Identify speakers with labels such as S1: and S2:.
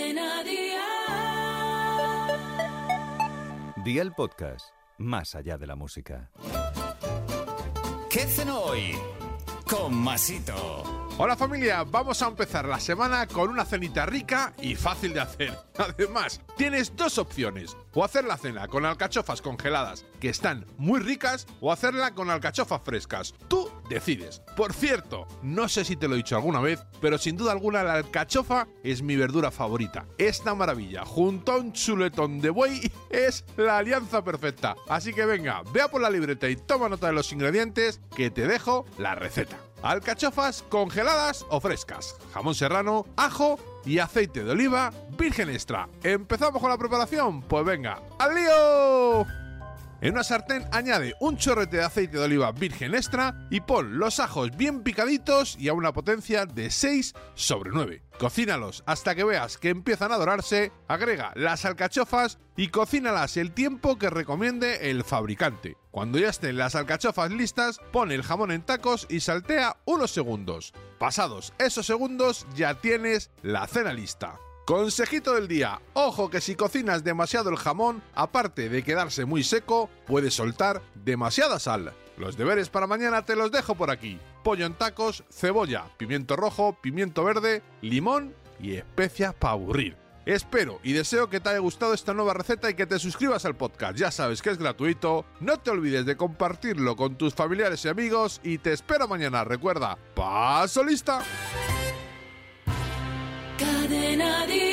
S1: Cadena Dial.
S2: Dial Podcast, más allá de la música.
S3: ¿Qué cenó hoy? Con Masito.
S4: Hola familia, vamos a empezar la semana con una cenita rica y fácil de hacer. Además, tienes dos opciones: o hacer la cena con alcachofas congeladas, que están muy ricas, o hacerla con alcachofas frescas. Tú decides. Por cierto, no sé si te lo he dicho alguna vez, pero sin duda alguna la alcachofa es mi verdura favorita. Esta maravilla, junto a un chuletón de buey, es la alianza perfecta. Así que venga, vea por la libreta y toma nota de los ingredientes, que te dejo la receta. Alcachofas congeladas o frescas, jamón serrano, ajo y aceite de oliva virgen extra. ¿Empezamos con la preparación? Pues venga, ¡al lío! En una sartén añade un chorrete de aceite de oliva virgen extra y pon los ajos bien picaditos y a una potencia de 6/9. Cocínalos hasta que veas que empiezan a dorarse, agrega las alcachofas y cocínalas el tiempo que recomiende el fabricante. Cuando ya estén las alcachofas listas, pon el jamón en tacos y saltea unos segundos. Pasados esos segundos ya tienes la cena lista. Consejito del día: ojo que si cocinas demasiado el jamón, aparte de quedarse muy seco, puede soltar demasiada sal. Los deberes para mañana te los dejo por aquí: pollo en tacos, cebolla, pimiento rojo, pimiento verde, limón y especias para aburrir. Espero y deseo que te haya gustado esta nueva receta y que te suscribas al podcast. Ya sabes que es gratuito, no te olvides de compartirlo con tus familiares y amigos y te espero mañana. Recuerda, ¡paso lista!
S1: Cadena Dial.